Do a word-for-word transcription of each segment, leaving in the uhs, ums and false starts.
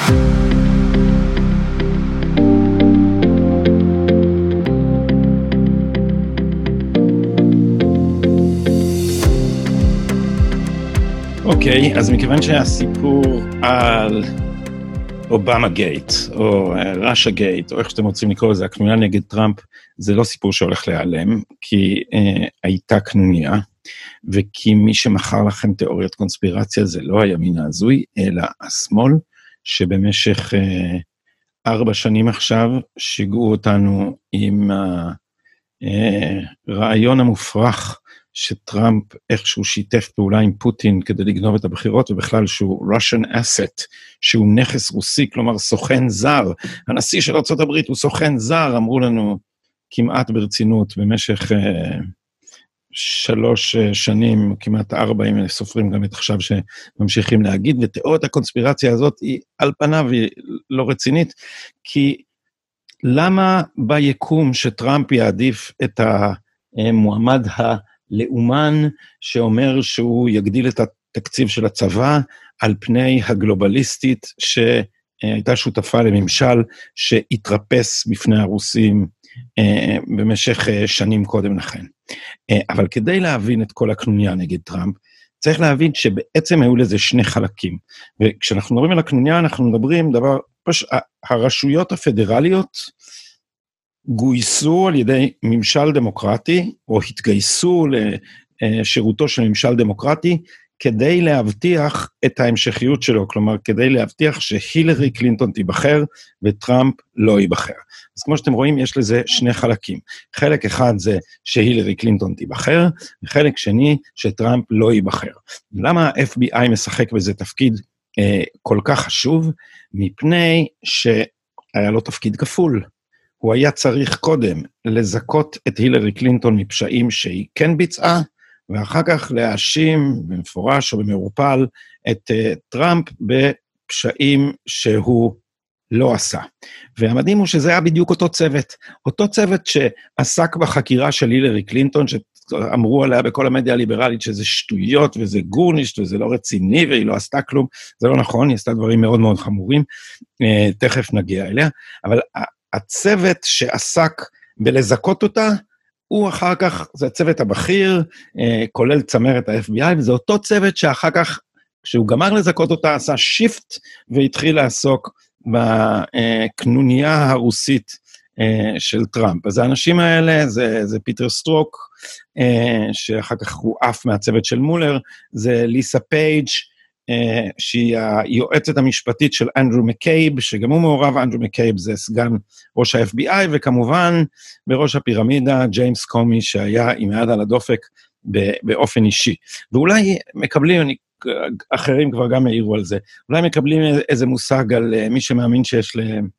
אוקיי, אז מכיוון שהסיפור על אובמה גייט, או ראשה גייט, או איך שאתם רוצים לקרוא לזה, הקנוניה נגד טראמפ, זה לא סיפור שהולך להיעלם, כי אה, הייתה קנוניה, וכי מי שמכר לכם תיאוריית קונספירציה, זה לא הימין ההזוי, אלא השמאל, שבמשך אה, ארבע שנים עכשיו, שיגעו אותנו עם הרעיון המופרך, שטראמפ איכשהו שיתף פעולה עם פוטין כדי לגנוב את הבחירות, ובכלל שהוא Russian asset, שהוא נכס רוסי, כלומר סוכן זר, הנשיא של ארצות הברית הוא סוכן זר, אמרו לנו כמעט ברצינות, במשך אה, שלוש אה, שנים, כמעט ארבע, אם סופרים גם את עכשיו שממשיכים להגיד, ותיאוריית הקונספירציה הזאת היא על פניו, היא לא רצינית, כי למה ביקום שטראמפ יעדיף את המועמד ה... לאומן שאומר שהוא יגדיל את התקציב של הצבא על פני הגלובליסטית שהייתה שותפה לממשל שהתרפס בפני הרוסים במשך שנים קודם לכן. אבל כדי להבין את כל הקנוניה נגד טראמפ, צריך להבין שבעצם היו לזה שני חלקים. וכשאנחנו מדברים על הקנוניה, אנחנו מדברים דבר, פש... הרשויות הפדרליות, גויסו על ידי ממשל דמוקרטי, או התגייסו לשירותו של ממשל דמוקרטי, כדי להבטיח את ההמשכיות שלו, כלומר, כדי להבטיח שהילרי קלינטון תיבחר, וטראמפ לא ייבחר. אז כמו שאתם רואים, יש לזה שני חלקים. חלק אחד זה שהילרי קלינטון תיבחר, וחלק שני שטראמפ לא ייבחר. למה ה-אף בי איי משחק בזה תפקיד אה, כל כך חשוב? מפני שהיה לו תפקיד כפול. הוא היה צריך קודם לזכות את הילרי קלינטון מפשעים שהיא כן ביצעה, ואחר כך להאשים במפורש או במעורפל את uh, טראמפ בפשעים שהוא לא עשה. והמדהים הוא שזה היה בדיוק אותו צוות, אותו צוות שעסק בחקירה של הילרי קלינטון, שאמרו עליה בכל המדיה הליברלית שזה שטויות וזה גורנישט וזה לא רציני והיא לא עשתה כלום, זה לא נכון, היא עשתה דברים מאוד מאוד חמורים, uh, תכף נגיע אליה, אבל הצוות שעסק בלזכות אותה, הוא אחר כך, זה הצוות הבכיר, כולל צמרת ה-אף בי איי, וזה אותו צוות שאחר כך, כשהוא גמר לזכות אותה, עשה שיפט, והתחיל לעסוק בקנוניה הרוסית של טראמפ. אז האנשים האלה, זה, זה פיטר סטרוק, שאחר כך הוא עף מהצוות של מולר, זה ליסה פייג', שהיא היועצת המשפטית של אנדרו מקייב, שגם הוא מעורב, אנדרו מקייב זה סגן ראש ה-אף בי איי, וכמובן בראש הפירמידה, ג'יימס קומי, שהיה עם יד על הדופק באופן אישי. ואולי מקבלים, אני, אחרים כבר גם העירו על זה, אולי מקבלים איזה מושג על מי שמאמין שיש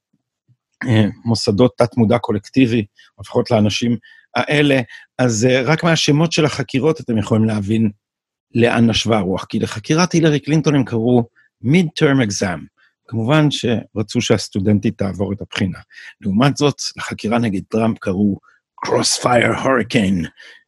למוסדות תת מודע קולקטיבי, לפחות לאנשים האלה, אז רק מהשמות של החקירות אתם יכולים להבין לאן נשבה הרוח, כי לחקירת הילרי קלינטון הם קראו mid-term exam, כמובן שרצו שהסטודנטית תעבור את הבחינה. לעומת זאת, לחקירה נגד טראמפ קראו Crossfire Hurricane,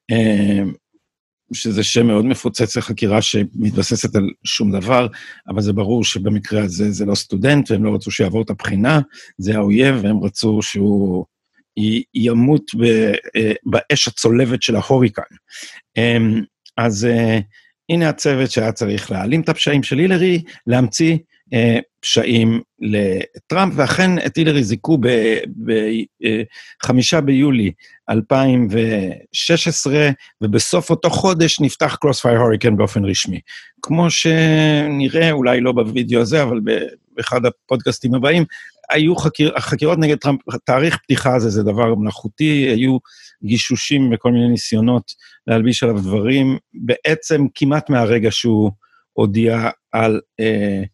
שזה שם מאוד מפוצץ לחקירה שמתבססת על שום דבר, אבל זה ברור שבמקרה הזה זה לא סטודנט, והם לא רצו שיעבור את הבחינה, זה האויב, והם רצו שהוא ימות באש הצולבת של ההוריקן. אז הנה הצוות שהיה צריך להעלים את הפשעים של הילרי, להמציא אה, פשעים לטראמפ, ואכן את הילרי זיקו בחמישה ביולי אלפיים ושש עשרה, ובסוף אותו חודש נפתח Crossfire Hurricane באופן רשמי. כמו שנראה, אולי לא בווידאו הזה, אבל באחד הפודקאסטים הבאים, היו חקיר, החקירות נגד טראמפ, תאריך פתיחה הזה זה דבר מלאכותי, היו גישושים וכל מיני ניסיונות להלביש עליו דברים, בעצם כמעט מהרגע שהוא הודיע על אה,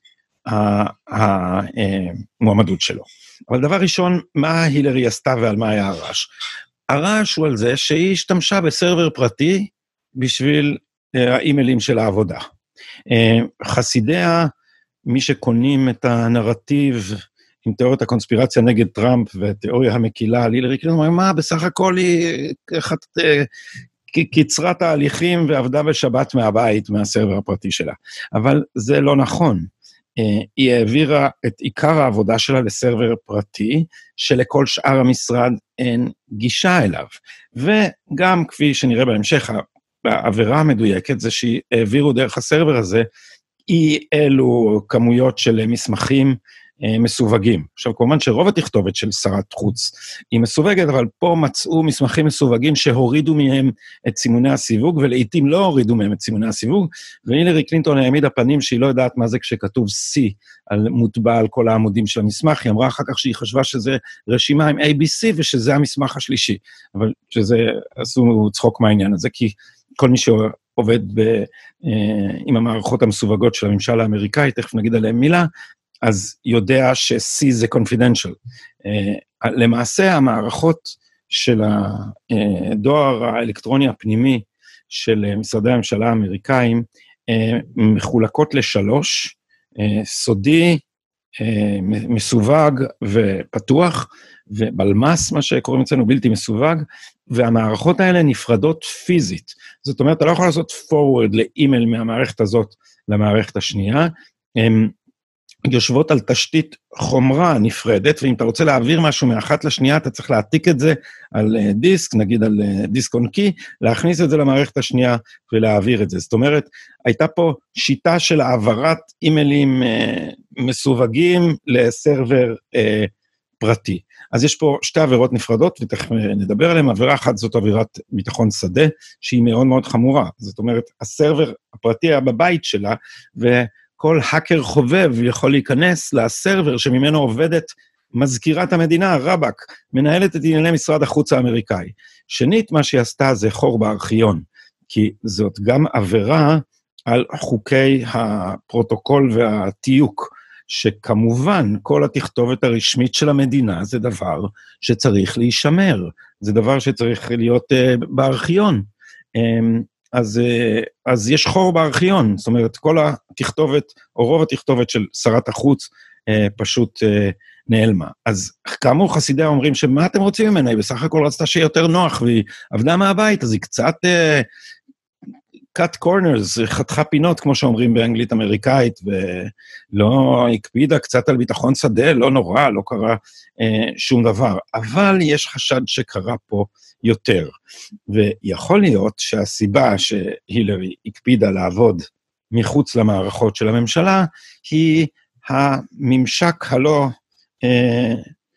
המועמדות שלו. אבל דבר ראשון, מה הילרי עשתה ועל מה היה הרעש? הרעש הוא על זה שהיא השתמשה בסרבר פרטי בשביל אה, האימיילים של העבודה. אה, חסידיה, מי שקונים את הנרטיב עם תיאוריית הקונספירציה נגד טראמפ ותיאוריה המקילה על הילרי קלינטון, אומרים, מה, בסך הכל היא קיצרה תהליכים ועבדה בשבת מהבית, מהסרבר הפרטי שלה. אבל זה לא נכון. היא העבירה את עיקר העבודה שלה לסרבר פרטי, שלכל שאר המשרד אין גישה אליו. וגם כפי שנראה בהמשך, העבירה המדויקת זה שהיא העבירו דרך הסרבר הזה, אי אלו כמויות של מסמכים מסווגים. עכשיו, כמובן שרוב התכתובת של שרת חוץ היא מסווגת, אבל פה מצאו מסמכים מסווגים שהורידו מהם את סימוני הסיווג, ולעיתים לא הורידו מהם את סימוני הסיווג, והילרי קלינטון העמידה פנים שהיא לא יודעת מה זה כשכתוב C על מוטבע על כל העמודים של המסמך, היא אמרה אחר כך שהיא חשבה שזה רשימה עם A B C, ושזה המסמך השלישי, אבל שזה עשו צחוק מהעניין הזה, כי כל מי שעובד ב, עם המערכות המסווגות של הממשל האמריקאי, תכף נגיד עליהם מילה, אז יודע ש-C זה confidential. Uh, למעשה, המערכות של הדואר האלקטרוני הפנימי של משרדי הממשלה האמריקאים, uh, מחולקות לשלוש, uh, סודי, uh, מסווג ופתוח, ובלמס, מה שקוראים אצלנו, בלתי מסווג, והמערכות האלה נפרדות פיזית. זאת אומרת, אתה לא יכול לעשות forward לאימייל מהמערכת הזאת למערכת השנייה, הם יושבות על תשתית חומרה נפרדת, ואם אתה רוצה להעביר משהו מאחת לשנייה, אתה צריך להעתיק את זה על דיסק, נגיד על דיסק און קי, להכניס את זה למערכת השנייה ולהעביר את זה. זאת אומרת, הייתה פה שיטה של העברת אימיילים אה, מסווגים לסרבר אה, פרטי. אז יש פה שתי עבירות נפרדות, ותכף נדבר עליהן. עבירה אחת זאת עבירת ביטחון שדה, שהיא מאוד מאוד חמורה. זאת אומרת, הסרבר הפרטי היה בבית שלה, ו... כל האקר חובב יכול להיכנס לסרבר שממנו עובדת מזכירת המדינה, רבק, מנהלת את ענייני משרד החוץ האמריקאי. שנית, מה שהיא עשתה זה חור בארכיון, כי זאת גם עבירה על חוקי הפרוטוקול והתיוק, שכמובן כל התכתובת הרשמית של המדינה זה דבר שצריך להישמר, זה דבר שצריך להיות uh, בארכיון. Um, אז, אז יש חור בארכיון, זאת אומרת, כל התכתובת, או רוב התכתובת של שרת החוץ, פשוט נעלמה. אז כאמור, חסידיה אומרים שמה אתם רוצים ממנה? היא בסך הכל רצתה שיהיה יותר נוח, והיא עבדה מהבית, אז היא קצת cut corners, חתכה פינות, כמו שאומרים באנגלית אמריקאית, ולא הקפידה קצת על ביטחון שדה, לא נורא, לא קרה שום דבר. אבל יש חשד שקרה פה יותר. ויכול להיות שהסיבה שהילרי הקפידה לעבוד מחוץ למערכות של הממשלה, היא הממשק הלא אה,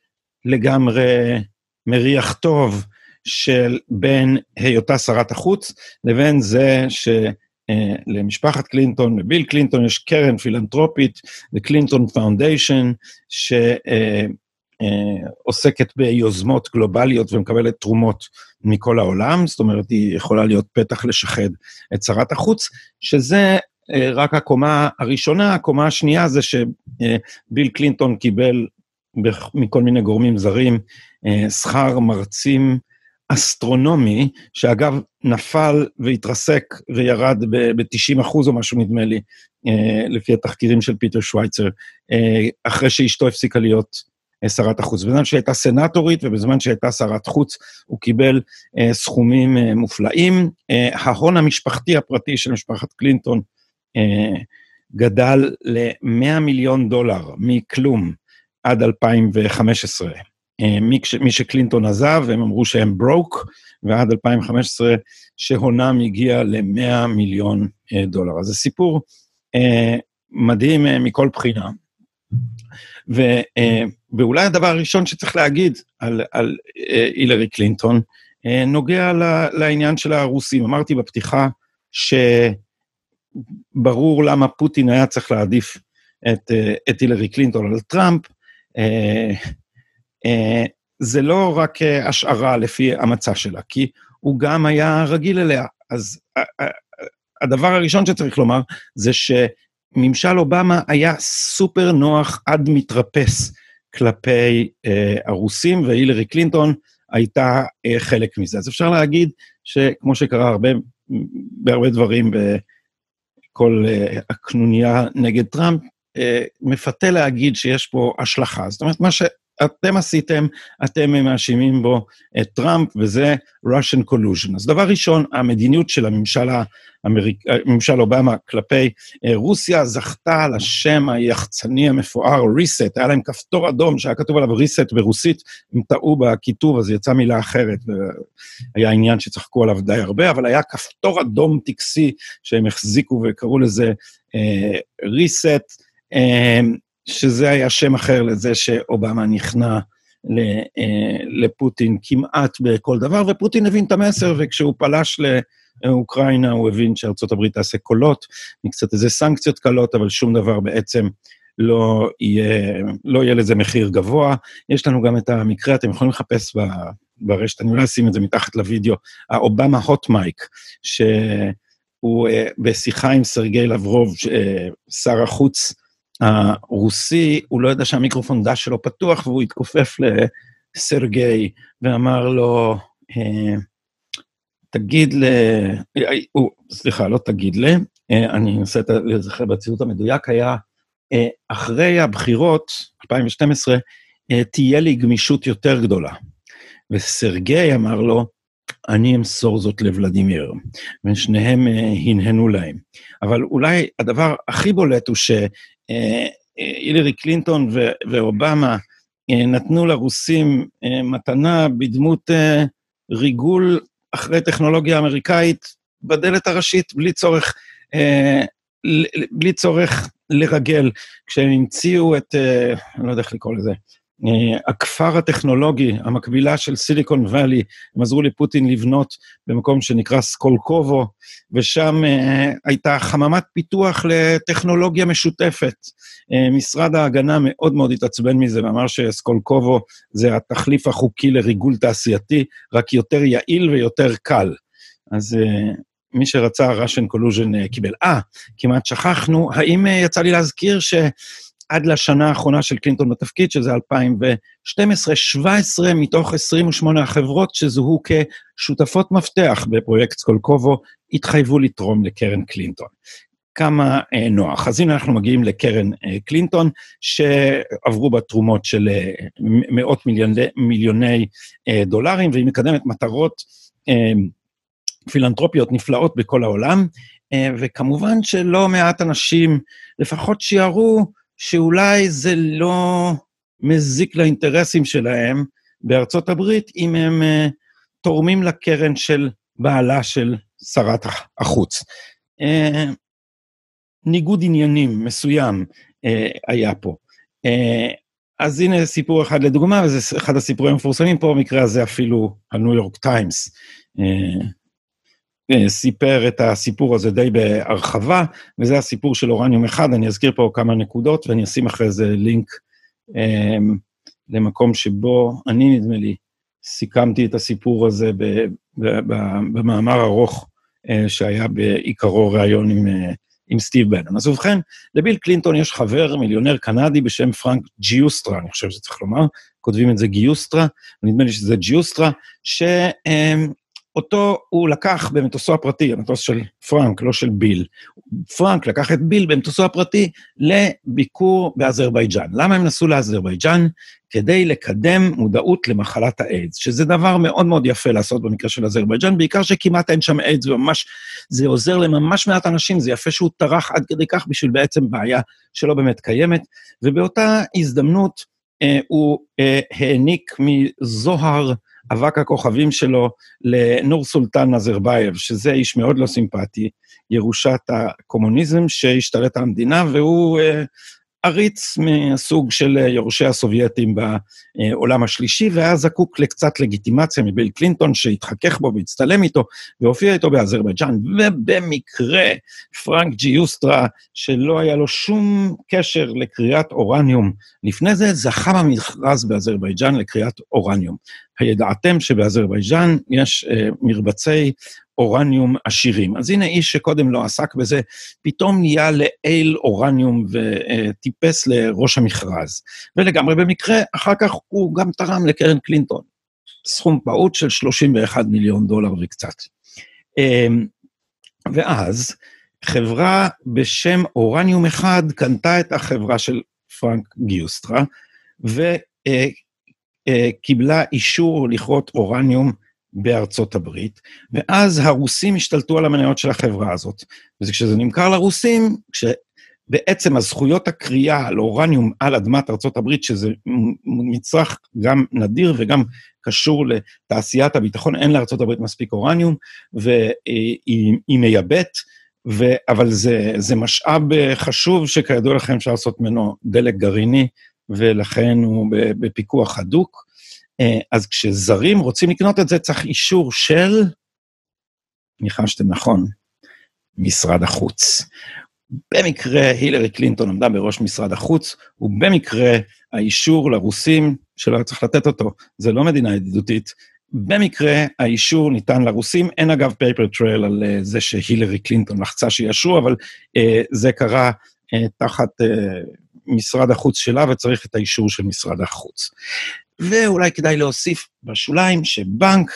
לגמרי מריח טוב של בין היותה שרת החוץ, לבין זה שלמשפחת קלינטון, לביל קלינטון יש קרן פילנטרופית, לקלינטון פאונדיישן, ש... אה, עוסקת ביוזמות גלובליות ומקבלת תרומות מכל העולם, זאת אומרת, היא יכולה להיות פתח לשחד את שרת החוץ, שזה רק הקומה הראשונה, הקומה השנייה זה שביל קלינטון קיבל מכל מיני גורמים זרים, שכר מרצים אסטרונומי, שאגב נפל והתרסק וירד ב-תשעים אחוז או משהו נדמה לי, לפי התחקירים של פיטר שווייצר, אחרי שאשתו הפסיקה להיות שרת החוץ. בזמן שהייתה סנטורית ובזמן שהייתה שרת חוץ, הוא קיבל אה, סכומים אה, מופלאים. אה, ההון המשפחתי הפרטי של משפחת קלינטון אה, גדל ל-מאה מיליון דולר מכלום עד אלפיים וחמש עשרה. אה, מי, מי שקלינטון עזב, הם אמרו שהם ברוק, ועד אלפיים וחמש עשרה שהונם הגיע ל-מאה מיליון אה, דולר. אז זה סיפור אה, מדהים אה, מכל בחינה. ו, אה, ואולי הדבר הראשון שצריך להגיד על, על אה, הילרי קלינטון, אה, נוגע ל, לעניין של הרוסים. אמרתי בפתיחה שברור למה פוטין היה צריך להעדיף את, אה, את הילרי קלינטון על טראמפ, אה, אה, זה לא רק אה, השערה לפי המצע שלה, כי הוא גם היה רגיל אליה. אז אה, אה, הדבר הראשון שצריך לומר זה ש... ממשל אובמה היה סופר נוח עד מתרפס כלפי אה, הרוסים, והילרי קלינטון הייתה אה, חלק מזה. אז אפשר להגיד שכמו שקרה הרבה, בהרבה דברים בכל אה, הקנוניה נגד טראמפ, אה, מפתה להגיד שיש פה השלכה. זאת אומרת, מה אתם עשיתם, אתם מאשימים בו את טראמפ, וזה Russian collusion. אז דבר ראשון, המדיניות של הממשל, האמריק... הממשל אובמה כלפי רוסיה, זכתה לשם היחצני המפואר, reset, היה להם כפתור אדום שהיה כתוב עליו reset ברוסית, הם טעו בכיתוב, אז יצא מילה אחרת, והיה עניין שצחקו עליו די הרבה, אבל היה כפתור אדום טקסי, שהם החזיקו וקראו לזה uh, reset, uh, שזה היה שם אחר לזה שאובמה נכנע לפוטין כמעט בכל דבר, ופוטין הבין את המסר, וכשהוא פלש לאוקראינה, הוא הבין שארצות הברית תעשה קולות, מקצת איזה סנקציות קלות, אבל שום דבר בעצם לא יהיה, לא יהיה לזה מחיר גבוה. יש לנו גם את המקרה, אתם יכולים לחפש ברשת, אני אולי אשים את זה מתחת לוידאו, האובמה הוט מייק, שהוא בשיחה עם סרגי לברוב, שר החוץ, הרוסי, הוא לא ידע שהמיקרופון דש שלו פתוח, והוא התכופף לסרגי, ואמר לו, תגיד ל... סליחה, לא תגיד ל... אני אנסה לזכר בציטוט המדויק, היה, אחרי הבחירות, אלפיים ושתים עשרה, תהיה לי גמישות יותר גדולה. וסרגי אמר לו, אני אמסור זאת לוולדימיר, ושניהם הנהנו להם. אבל אולי הדבר הכי בולט הוא ש... הילרי קלינטון ואובמה נתנו לרוסים מתנה בדמות ריגול אחרי טכנולוגיה אמריקאית בדלת הראשית, בלי צורך, בלי צורך לרגל. כשהם המציאו את, אני לא יודע איך לקרוא לזה, הכפר הטכנולוגי, המקבילה של סיליקון ואלי, הם עזרו לפוטין לבנות במקום שנקרא סקולקובו, ושם uh, הייתה חממת פיתוח לטכנולוגיה משותפת. Uh, משרד ההגנה מאוד מאוד התעצבן מזה, ואמר שסקולקובו זה התחליף החוקי לריגול תעשייתי, רק יותר יעיל ויותר קל. אז uh, מי שרצה Russian collusion uh, קיבל. אה, כמעט שכחנו, האם uh, יצא לי להזכיר ש... עד לשנה האחרונה של קלינטון בתפקיד, שזה אלפיים ושתים עשרה, שבע עשרה מתוך עשרים ושמונה החברות שזוהו כשותפות מפתח בפרויקט סקולקובו, התחייבו לתרום לקרן קלינטון. כמה אה, נוח. אז הנה אנחנו מגיעים לקרן אה, קלינטון, שעברו בתרומות של אה, מאות מיליוני, מיליוני אה, דולרים, והיא מקדמת מטרות אה, פילנטרופיות נפלאות בכל העולם, אה, וכמובן שלא מעט אנשים, לפחות שיערו, שאולי זה לא מזיק לאינטרסים שלהם בארצות הברית, אם הם uh, תורמים לקרן של בעלה של שרת החוץ. Uh, ניגוד עניינים מסוים uh, היה פה. Uh, אז הנה סיפור אחד לדוגמה, וזה אחד הסיפורים המפורסמים פה, במקרה הזה אפילו הניו יורק טיימס, uh, סיפר את הסיפור הזה די בהרחבה, וזה הסיפור של אורניום אחד, אני אזכיר פה כמה נקודות, ואני אשים אחרי זה לינק אה, למקום שבו אני נדמה לי, סיכמתי את הסיפור הזה ב, ב, ב, במאמר ארוך, אה, שהיה בעיקרו ראיון עם, אה, עם סטיב בנון. אז ובכן, לביל קלינטון יש חבר מיליונר קנדי בשם פרנק ג'יוסטרה, אני חושב שצריך לומר, כותבים את זה גיוסטרה, ונדמה לי שזה ג'יוסטרה, ש... אה, אותו הוא לקח במטוסו הפרטי, המטוס של פרנק, לא של ביל. פרנק לקח את ביל במטוסו הפרטי לביקור באזרבייג'אן. למה הם נסעו לאזרבייג'אן? כדי לקדם מודעות למחלת האיידס, שזה דבר מאוד מאוד יפה לעשות במקרה של אזרבייג'אן, בעיקר שכמעט אין שם איידס, וממש זה עוזר לממש מעט אנשים, זה יפה שהוא טרח עד כדי כך בשביל בעצם בעיה שלא באמת קיימת, ובאותה הזדמנות אה, הוא אה, העניק מזוהר, אבק הכוכבים שלו לנור סולטן נזרבייב, שזה איש מאוד לא סימפטי, ירושת הקומוניזם שהשתלט על המדינה, והוא אה, עריץ מהסוג של יורשי הסובייטים בעולם השלישי, והיה זקוק לקצת לגיטימציה מביל קלינטון, שהתחכך בו והצטלם איתו, והופיע איתו באזרבייג'אן, ובמקרה פרנק ג'יוסטרה, שלא היה לו שום קשר לקריאת אורניום, לפני זה זכה במכרז באזרבייג'אן לקריאת אורניום. הידעתם שבאזרבייג'אן יש אה, מרבצי אורניום עשירים. אז הנה איש שקודם לא עסק בזה, פתאום נהיה לאל אורניום וטיפס לראש המכרז. ולגמרי במקרה, אחר כך הוא גם תרם לקרן קלינטון. סכום פעוט של שלושים ואחד מיליון דולר וקצת. ואז חברה בשם אורניום אחד קנתה את החברה של פרנק גיוסטרה, ו... אה, קיבלה אישור לכרות אורניום בארצות הברית, ואז הרוסים השתלטו על המניות של החברה הזאת. וכשזה נמכר לרוסים, כשבעצם הזכויות הקריאה על אורניום על אדמת ארצות הברית, שזה מצרך גם נדיר וגם קשור לתעשיית הביטחון, אין לארצות הברית מספיק אורניום, והיא מייבאת, ו... אבל זה, זה משאב חשוב שכידוע לכם אפשר לעשות ממנו דלק גרעיני, ולכן הוא בפיקוח הדוק. אז כשזרים רוצים לקנות את זה, צריך אישור של, ניחשתם נכון, משרד החוץ. במקרה הילרי קלינטון עמדה בראש משרד החוץ, ובמקרה האישור לרוסים, שלא צריך לתת אותו, זה לא מדינה ידידותית, במקרה האישור ניתן לרוסים, אין אגב פייפר טרייל על זה שהילרי קלינטון לחצה שיאשרו, אבל אה, זה קרה אה, תחת אה, משרד החוץ שלה, וצריך את האישור של משרד החוץ. ואולי כדאי להוסיף בשוליים שבנק,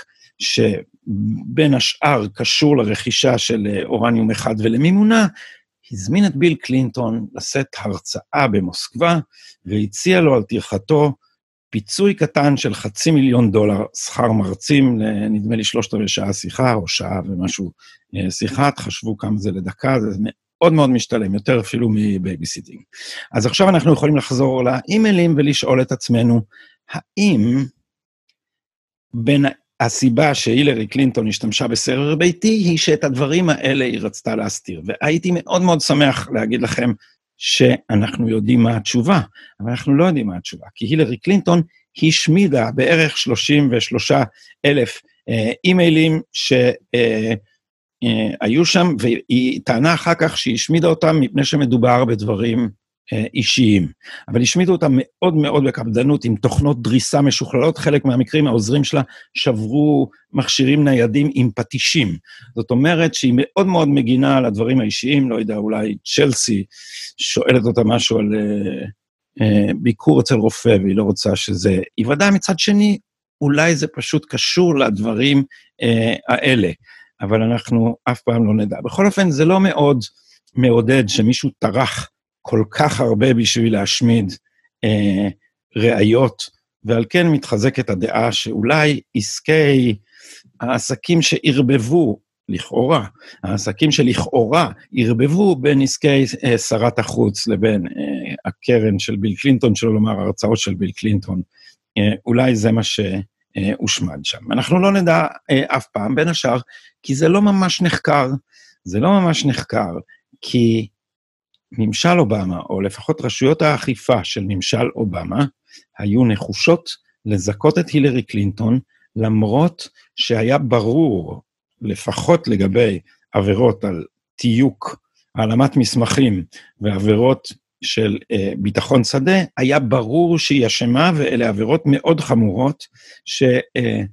שבין השאר קשור לרכישה של אורניום אחד ולמימונה, הזמין את ביל קלינטון לשאת הרצאה במוסקבה, והציע לו על טרחתו פיצוי קטן של חצי מיליון דולר שכר מרצים, נדמה לי שלושת רבעי שעה שיחה, או שעה ומשהו שיחה, תחשבו כמה זה לדקה, זה מאוד מאוד משתלם, יותר אפילו מבייביסיטינג. אז עכשיו אנחנו יכולים לחזור לאימיילים ולשאול את עצמנו, האם בין הסיבה שהילרי קלינטון השתמשה בסרבר ביתי, היא שאת הדברים האלה היא רצתה להסתיר, והייתי מאוד מאוד שמח להגיד לכם, שאנחנו יודעים מה התשובה, אבל אנחנו לא יודעים מה התשובה, כי הילרי קלינטון השמידה בערך שלושים ושלושה אלף אה, אימיילים שהיו אה, שם, והיא טענה אחר כך שהיא השמידה אותם מפני שמדובר בדברים אה, אישיים, אבל השמידו אותם מאוד מאוד בקפדנות, עם תוכנות דריסה משוכללות, חלק מהמקרים העוזרים שלה שברו מכשירים ניידים עם פטישים, זאת אומרת שהיא מאוד מאוד מגינה על הדברים האישיים, לא יודע, אולי צ'לסי שואלת אותה משהו על אה, אה, ביקור אצל רופא, והיא לא רוצה שזה יוודע. מצד שני, אולי זה פשוט קשור לדברים אה, האלה, אבל אנחנו אף פעם לא נדע. בכל אופן, זה לא מאוד מעודד שמישהו טרח כל כך הרבה בשביל להשמיד אה, ראיות, ועל כן מתחזקת הדעה שאולי עסקי העסקים שערבבו, לכאורה, העסקים שלכאורה ערבבו בין עסקי אה, שרת החוץ לבין אה, הקרן של ביל קלינטון, שלא לומר הרצאות של ביל קלינטון, אה, אולי זה מה שהושמד שם. אנחנו לא נדע אה, אף פעם, בין השאר, כי זה לא ממש נחקר, זה לא ממש נחקר, כי ממשל אובמה, או לפחות רשויות האכיפה של ממשל אובמה, היו נחושות לזכות את הילרי קלינטון, למרות שהיה ברור, לפחות לגבי עבירות על תיוק, העלמת מסמכים, ועבירות של אה, ביטחון שדה, היה ברור שהיא אשמה, ואלה עבירות מאוד חמורות, שדינן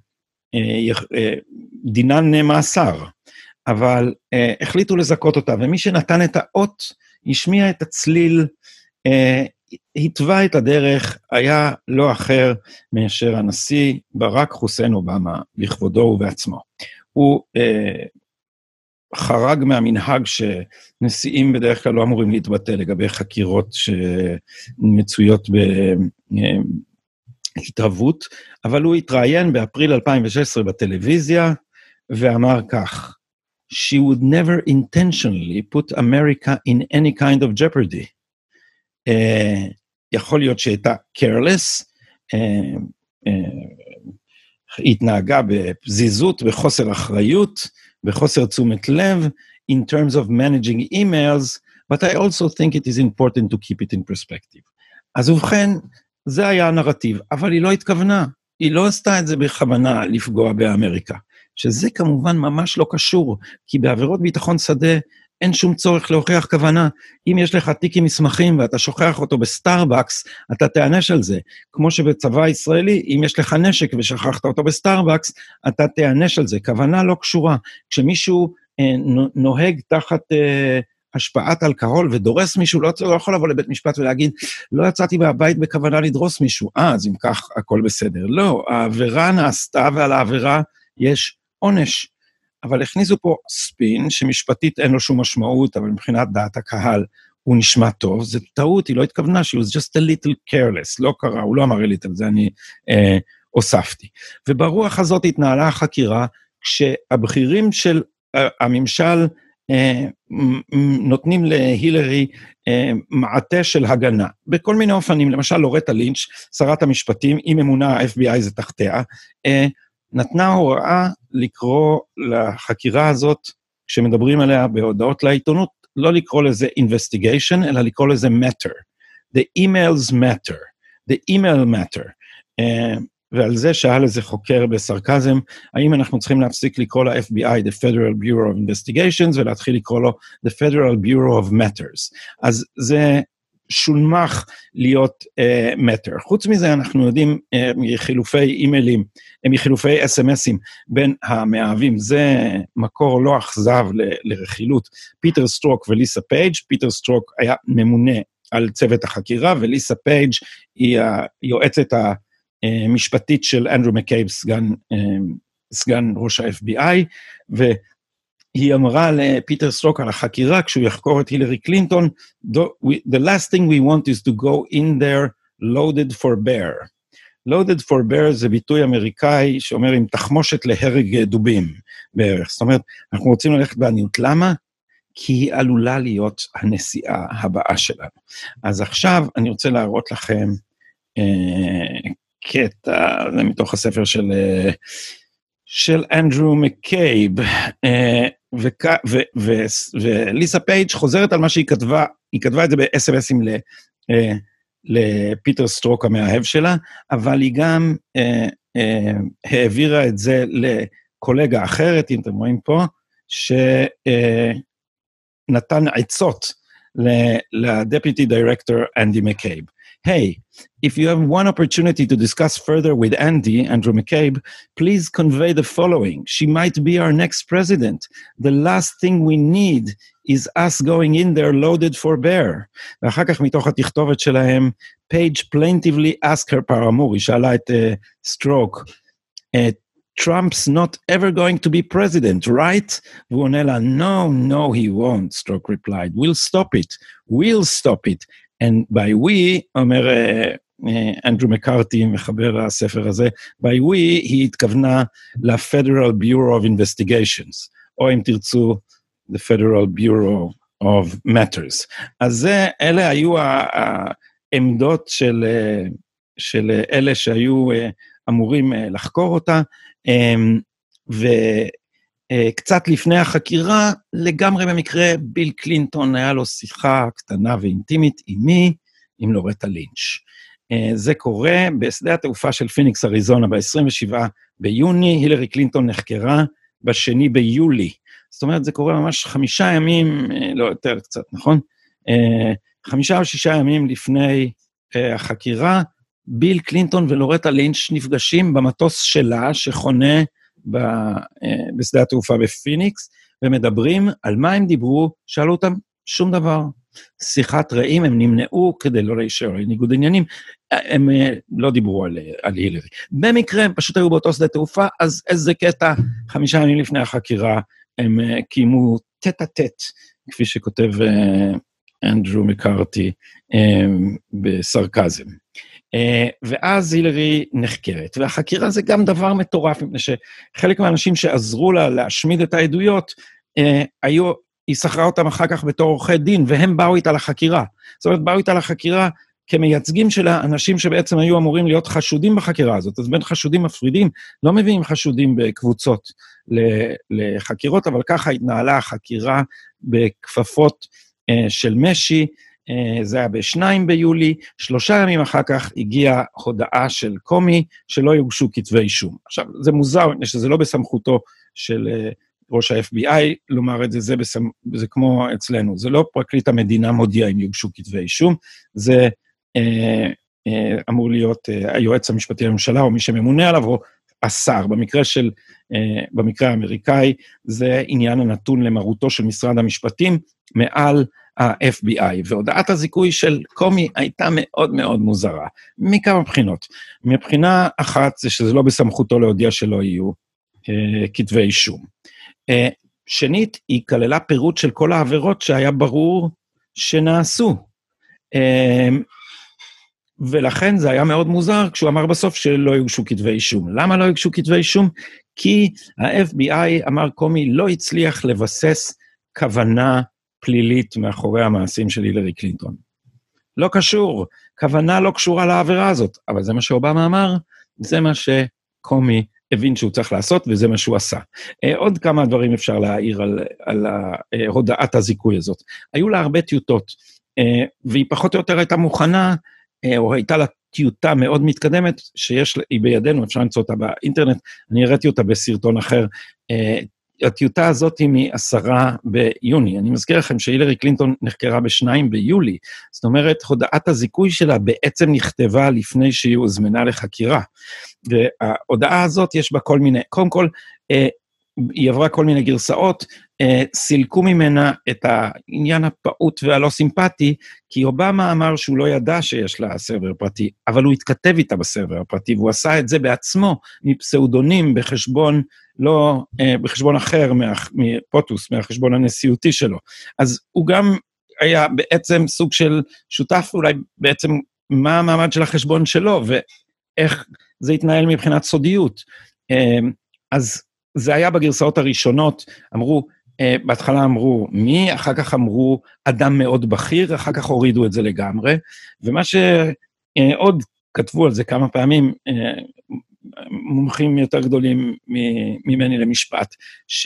אה, אה, מאסר. אבל אה, החליטו לזכות אותה, ומי שנתן את האות, השמיע את הצליל, אה, התווה את הדרך, היה לא אחר מאשר הנשיא ברק חוסיין אובמה, לכבודו ובעצמו. הוא אה, חרג מהמנהג שנשיאים בדרך כלל לא אמורים להתבטא לגבי חקירות שמצויות בהתהוות, אבל הוא התראיין באפריל אלפיים ושש עשרה בטלוויזיה, ואמר כך, She would never intentionally put America in any kind of jeopardy. Uh, יכול להיות שהייתה careless, uh, uh, התנהגה בפזיזות, בחוסר אחריות, בחוסר תשומת לב, in terms of managing emails, but I also think it is important to keep it in perspective. אז ובכן, זה היה הנרטיב, אבל היא לא התכוונה, היא לא עשתה את זה בכוונה לפגוע באמריקה. שזה כמובן ממש לא קשור, כי בעבירות ביטחון שדה אין שום צורך להוכיח כוונה. אם יש לך תיק עם מסמכים ואתה שוכח אותו בסטארבקס, אתה תענש על זה. כמו שבצבא הישראלי, אם יש לך נשק ושכחת אותו בסטארבקס, אתה תענש על זה. כוונה לא קשורה. כשמישהו אה, נוהג תחת אה, השפעת אלכוהול ודורס מישהו, לא, לא יכול לבוא לבית משפט ולהגיד, לא יצאתי מהבית בכוונה לדרוס מישהו. אה, אז אם כך, הכל בסדר. לא, העבירה נעשתה ועל העבירה יש עונש, אבל הכניסו פה ספין, שמשפטית אין לו שום משמעות, אבל מבחינת דעת הקהל הוא נשמע טוב, זה טעות, היא לא התכוונה, she was just a little careless, לא קרה, הוא לא אמר לי את זה, אני אה, הוספתי. וברוח הזאת התנהלה החקירה, כשהבכירים של אה, הממשל אה, נותנים להילרי אה, מעטה של הגנה, בכל מיני אופנים, למשל לורטה לינץ', שרת המשפטים, היא ממונה ה-אף בי איי זה תחתיה, אה, נתנה הוראה לקרוא לחקירה הזאת, כשמדברים עליה בהודעות לעיתונות, לא לקרוא לזה investigation, אלא לקרוא לזה matter. The emails matter. The email matter. Uh, ועל זה שאל איזה חוקר בסרקזם, האם אנחנו צריכים להפסיק לקרוא ל-אף בי איי, the Federal Bureau of Investigations, ולהתחיל לקרוא לו the Federal Bureau of Matters. אז זה שולמח להיות uh, matter. חוץ מזה אנחנו יודעים uh, מחילופי אימיילים, מחילופי אס אם אסים בין המאהבים, זה מקור לא אכזב ל- לרכילות, פיטר סטרוק וליסה פייג', פיטר סטרוק היה ממונה על צוות החקירה, וליסה פייג' היא היועצת המשפטית של אנדרו מקייב, סגן, סגן ראש ה-אף בי איי, ו... היא אמרה לפיטר סטרוק על החקירה, כשהוא יחקור את הילרי קלינטון, the last thing we want is to go in there loaded for bear. loaded for bear זה ביטוי אמריקאי שאומר עם תחמושת להרג דובים בערך. זאת אומרת, אנחנו רוצים ללכת בעניות. למה? כי היא עלולה להיות הנסיעה הבאה שלנו. אז עכשיו אני רוצה להראות לכם אה, קטע, זה מתוך הספר של... אה, של אנדרו מקייב, וליסה פייג' חוזרת על מה שהיא כתבה, היא כתבה את זה ב-אס אם אסים לפיטר סטרוק המאהב שלה, אבל היא גם העבירה את זה לקולגה אחרת, אם אתם רואים פה, שנתן עצות לדפיוטי דירקטור אנדי מקייב. Hey, if you have one opportunity to discuss further with Andy, Andrew McCabe, please convey the following. She might be our next president. The last thing we need is us going in there loaded for bear. ואחר כך מתוך התכתובת שלהם, Page plaintively asked her paramour, היא שאלה את uh, Stroke, uh, Trump's not ever going to be president, right? והוא עונה לה, no, no, he won't, Stroke replied. We'll stop it. We'll stop it. And by we, אומר אנדרו מקארתי, מחבר הספר הזה, by we, היא התכוונה ל-Federal Bureau of Investigations, או אם תרצו, the Federal Bureau of Matters. אז זה, אלה היו העמדות של, של אלה שהיו אמורים לחקור אותה, ו... קצת לפני החקירה, לגמרי במקרה, ביל קלינטון היה לו שיחה קטנה ואינטימית עם מי? עם לורטה לינץ'. זה קורה בשדה התעופה של פיניקס, אריזונה, ב-עשרים ושבעה ביוני, הילרי קלינטון נחקרה בשני ביולי. זאת אומרת, זה קורה ממש חמישה ימים, לא יותר קצת, נכון? חמישה או שישה ימים לפני החקירה, ביל קלינטון ולורטה לינץ' נפגשים במטוס שלה, שחונה בשדה התעופה בפיניקס, ומדברים על מה הם דיברו, שאלו אותם שום דבר. שיחת רעים, הם נמנעו כדי לא להישאר ניגוד עניינים, הם לא דיברו על, על הילרי. במקרה, הם פשוט היו באותו שדה תעופה, אז איזה קטע, חמישה ימים לפני החקירה, הם קיימו טט-טט, כפי שכותב אנדרו מקארתי בסרקזם. ואז הילרי נחקרת, והחקירה זה גם דבר מטורף, מפני שחלק מהאנשים שעזרו לה להשמיד את העדויות, היו, היא שכרה אותם אחר כך בתור עורכי דין, והם באו איתה לחקירה. זאת אומרת, באו איתה לחקירה כמייצגים של האנשים שבעצם היו אמורים להיות חשודים בחקירה הזאת, אז בין חשודים מפרידים, לא מביאים חשודים בקבוצות לחקירות, אבל ככה התנהלה החקירה בכפפות של משי, זה היה בשניים ביולי, שלושה ימים אחר כך הגיעה הודעה של קומי, שלא יוגשו כתבי אישום. עכשיו, זה מוזר, שזה לא בסמכותו של ראש ה-אף בי איי, לומר את זה, זה, בסמ... זה כמו אצלנו, זה לא פרקליט המדינה מודיע אם יוגשו כתבי אישום, זה אה, אה, אמור להיות אה, היועץ המשפטי לממשלה, או מי שממונה עליו, או השר, במקרה של, אה, במקרה האמריקאי, זה עניין הנתון למרותו של משרד המשפטים, מעל ה-אף בי איי, והודעת הזיכוי של קומי הייתה מאוד מאוד מוזרה, מכמה בחינות. מבחינה אחת זה שזה לא בסמכותו להודיע שלא יהיו אה, כתבי אישום. אה, שנית, היא כללה פירוט של כל העבירות שהיה ברור שנעשו. ולכן זה היה מאוד מוזר כשהוא אמר בסוף שלא יוגשו כתבי אישום. למה לא יוגשו כתבי אישום? כי ה-אף בי איי, אמר קומי, לא הצליח לבסס כוונה פלילית מאחורי המעשים של הילרי קלינטון. לא קשור, כוונה לא קשורה לעבירה הזאת, אבל זה מה שאובמה אמר, זה מה שקומי הבין שהוא צריך לעשות, וזה מה שהוא עשה. עוד כמה דברים אפשר להעיר על, על הודעת הזיכוי הזאת. היו לה הרבה טיוטות, והיא פחות או יותר הייתה מוכנה, או הייתה לה טיוטה מאוד מתקדמת, שיש, היא בידינו, אפשר למצוא אותה באינטרנט, אני הראיתי אותה בסרטון אחר, הטיוטה הזאת היא מעשרה ביוני, אני מזכיר לכם שהילרי קלינטון נחקרה בשניים ביולי, זאת אומרת, הודעת הזיכוי שלה בעצם נכתבה לפני שהיא הוזמנה לחקירה, וההודעה הזאת יש בה כל מיני, קודם כל, היא עברה כל מיני גרסאות, סילקו ממנה את העניין הפעוט והלא סימפטי, כי אובמה אמר שהוא לא ידע שיש לה סרבר פרטי, אבל הוא התכתב איתה בסרבר הפרטי, והוא עשה את זה בעצמו, מפסאודונים בחשבון, לא בחשבון אחר מפוטוס, מהחשבון הנשיאותי שלו. אז הוא גם היה בעצם סוג של שותף, אולי בעצם מה המעמד של החשבון שלו, ואיך זה התנהל מבחינת סודיות. אז זה היה בגרסאות הראשונות, אמרו, בהתחלה אמרו מי, אחר כך אמרו אדם מאוד בכיר, אחר כך הורידו את זה לגמרי, ומה שעוד כתבו על זה כמה פעמים, מומחים יותר גדולים ממני למשפט,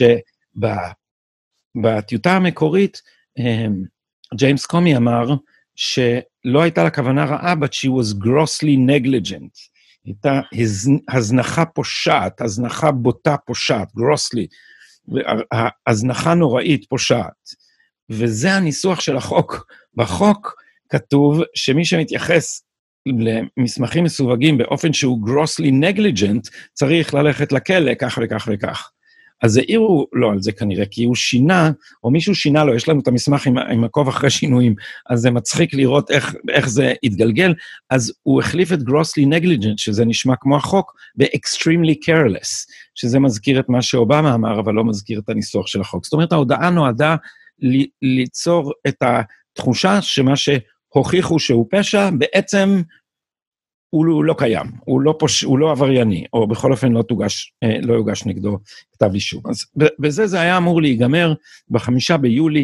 שבטיוטה המקורית, ג'יימס קומי אמר, שלא הייתה לה כוונה רעה, but she was grossly negligent, הייתה הזנחה פושעת, הזנחה בוטה פושעת, גרוסלי, הזנחה נוראית פושעת, וזה הניסוח של החוק. בחוק כתוב שמי שמתייחס למסמכים מסווגים באופן שהוא גרוסלי נגליג'נט, צריך ללכת לכלא כך וכך וכך. אז העירו לו על זה כנראה, כי הוא שינה, או מישהו שינה לו, יש לנו את המסמך עם, עם עקוב אחרי שינויים, אז זה מצחיק לראות איך, איך זה התגלגל, אז הוא החליף את grossly negligent, שזה נשמע כמו החוק, ב-extremely careless, שזה מזכיר את מה שאובמה אמר, אבל לא מזכיר את הניסוח של החוק. זאת אומרת, ההודעה נועדה ל- ליצור את התחושה שמה שהוכיחו שהוא פשע, בעצם הוא לא קיים, הוא לא פוש, הוא לא עברייני, או בכל אופן לא תוגש, לא יוגש נגדו כתב אישום. אז בזה זה היה אמור להיגמר בחמישה ביולי,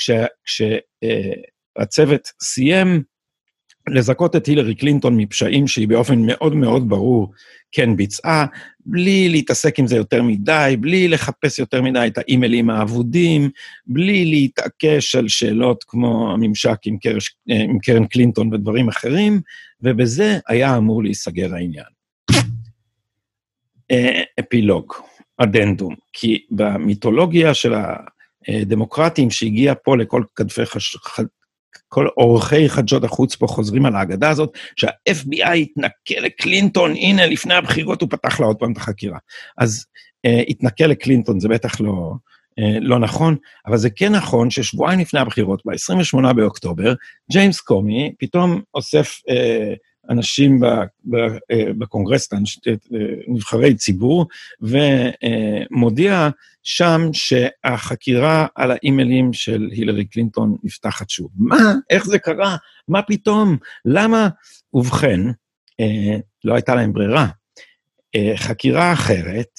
כשהצוות סיים לזכות את הילרי קלינטון מפשעים שהיא באופן מאוד מאוד ברור כן ביצעה, בלי להתעסק עם זה יותר מדי, בלי לחפש יותר מדי את האימיילים העבודים, בלי להתעקש על שאלות כמו הממשק עם, קר... עם קרן קלינטון ודברים אחרים, ובזה היה אמור להיסגר העניין. אפילוג, אדנדום, כי במיתולוגיה של הדמוקרטים שהגיע פה לכל כתפי חש... כל אורחי חדשות החוץ פה חוזרים על ההגדה הזאת, שה-אף בי איי התנקה לקלינטון, הנה לפני הבחירות הוא פתח לה עוד פעם את החקירה. אז אה, התנקה לקלינטון, זה בטח לא, אה, לא נכון, אבל זה כן נכון ששבועיים לפני הבחירות, ב-עשרים ושמונה באוקטובר, ג'יימס קומי פתאום אוסף אה, אנשים בקונגרס, נבחרי ציבור, ומודיע שם שהחקירה על האימיילים של הילרי קלינטון נפתחת שוב. מה? איך זה קרה? מה פתאום? למה? ובכן, לא הייתה להם ברירה. חקירה אחרת,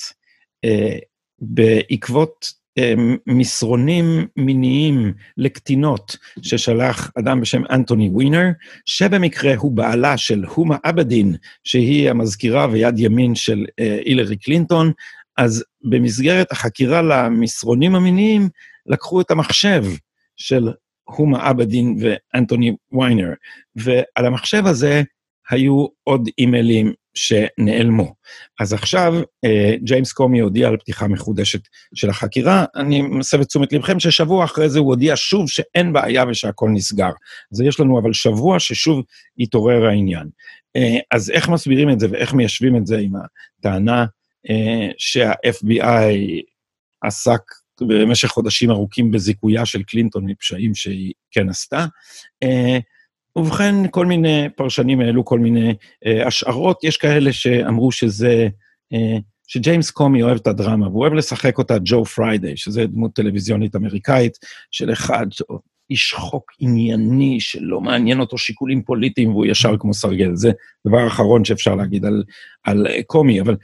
בעקבות מסרונים מיניים לקטינות ששלח אדם בשם אנטוני ווינר, שבמקרה הוא בעלה של הומה אבדין, שהיא המזכירה ויד ימין של הילרי קלינטון, אז במסגרת החקירה למסרונים המיניים, לקחו את המחשב של הומה אבדין ואנטוני ווינר, ועל המחשב הזה היו עוד אימיילים שנעלמו. אז עכשיו, ג'יימס קומי הודיע על פתיחה מחודשת של החקירה, אני מסב את תשומת לבכם ששבוע אחרי זה הוא הודיע שוב שאין בעיה ושהכל נסגר. אז יש לנו אבל שבוע ששוב יתעורר העניין. אז איך מסבירים את זה ואיך מיישבים את זה עם הטענה שה-אף בי איי עסק במשך חודשים ארוכים בזיכויה של קלינטון מפשעים שהיא כן עשתה, ובכן, כל מיני פרשנים העלו כל מיני אה, השערות, יש כאלה שאמרו שזה, אה, שג'יימס קומי אוהב את הדרמה, והוא אוהב לשחק אותה ג'ו פריידי, שזה דמות טלוויזיונית אמריקאית, של אחד, איש חוק ענייני, שלא מעניין אותו שיקולים פוליטיים, והוא ישר כמו סרגל. זה דבר אחרון שאפשר להגיד על, על קומי, אבל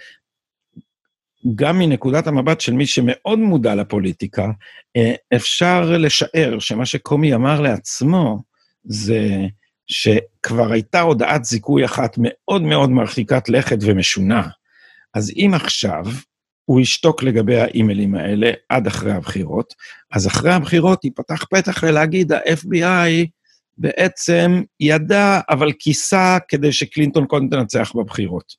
גם מנקודת המבט של מי שמאוד מודע לפוליטיקה, אפשר לשער שמה שקומי אמר לעצמו, זה שכבר הייתה הודעת זיכוי אחת מאוד מאוד מרחיקת לכת ומשונה. אז אם עכשיו הוא ישתוק לגבי האימיילים האלה עד אחרי הבחירות, אז אחרי הבחירות ייפתח פתח להגיד, ה-אף בי איי בעצם ידע, אבל כיסה כדי שקלינטון קודם תנצח בבחירות.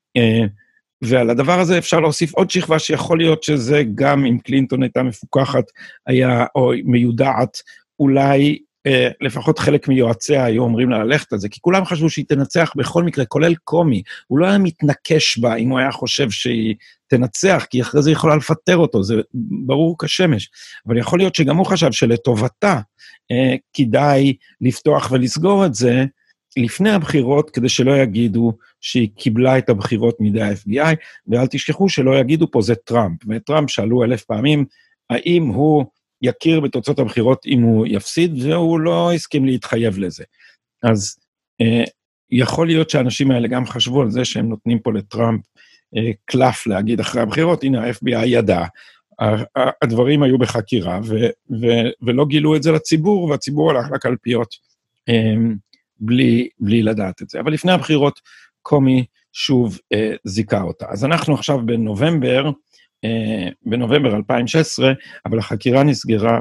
ועל הדבר הזה אפשר להוסיף עוד שכבה שיכול להיות שזה גם אם קלינטון הייתה מפוקחת, היה או מיודעת, אולי אה, לפחות חלק מיועציה היו אומרים לה ללכת על זה, כי כולם חשבו שהיא תנצח בכל מקרה, כולל קומי, הוא לא היה מתנקש בה אם הוא היה חושב שהיא תנצח, כי אחרי זה יכולה לפטר אותו, זה ברור כשמש, אבל יכול להיות שגם הוא חשב שלטובתה אה, כדאי לפתוח ולסגור את זה, לפני הבחירות, כדי שלא יגידו שהיא קיבלה את הבחירות מידי ה-אף בי איי, ואל תשכחו שלא יגידו פה זה טראמפ, וטראמפ שאלו אלף פעמים, האם הוא יכיר בתוצאות הבחירות אם הוא יפסיד, והוא לא הסכים להתחייב לזה. אז אה, יכול להיות שהאנשים האלה גם חשבו על זה, שהם נותנים פה לטראמפ אה, קלף להגיד אחרי הבחירות, הנה ה-אף בי איי ידע, הדברים היו בחקירה, ו- ו- ולא גילו את זה לציבור, והציבור הלך לקלפיות, אה, בלי, בלי לדעת את זה. אבל לפני הבחירות, קומי שוב אה, זיקה אותה. אז אנחנו עכשיו בנובמבר, אה, בנובמבר אלפיים ושש עשרה, אבל החקירה נסגרה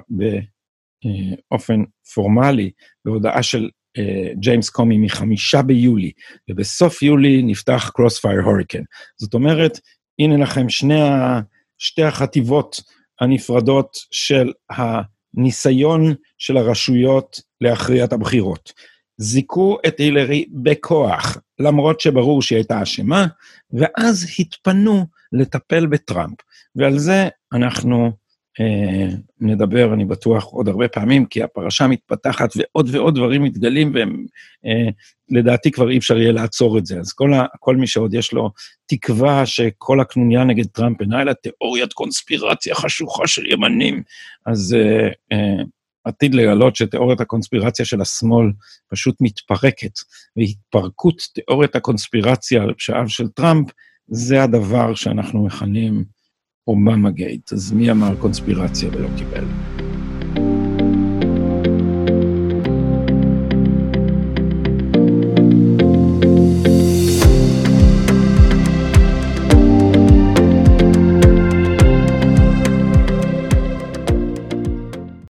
באופן פורמלי, בהודעה של אה, ג'יימס קומי מחמישה ביולי, ובסוף יולי נפתח Crossfire Hurricane. זאת אומרת, הנה לכם שני ה, שתי החטיבות הנפרדות של הניסיון של הרשויות להכריע את הבחירות. זיקו את הילרי בכוח, למרות שברור שהיא הייתה אשמה, ואז התפנו לטפל בטראמפ. ועל זה אנחנו אה, נדבר, אני בטוח, עוד הרבה פעמים, כי הפרשה מתפתחת ועוד ועוד דברים מתגלים, והם אה, לדעתי כבר אי אפשר יהיה לעצור את זה. אז כל, ה, כל מי שעוד יש לו תקווה שכל הקנוניה נגד טראמפ אינה אלא תיאוריית קונספירציה חשוכה של ימנים, אז אה, אה, עתיד לגלות שתיאוריית הקונספירציה של השמאל פשוט מתפרקת, והתפרקות תיאוריית הקונספירציה על פשעיו של טראמפ, זה הדבר שאנחנו מכנים אובמה גייט. אז מי אמר קונספירציה ולא קיבל?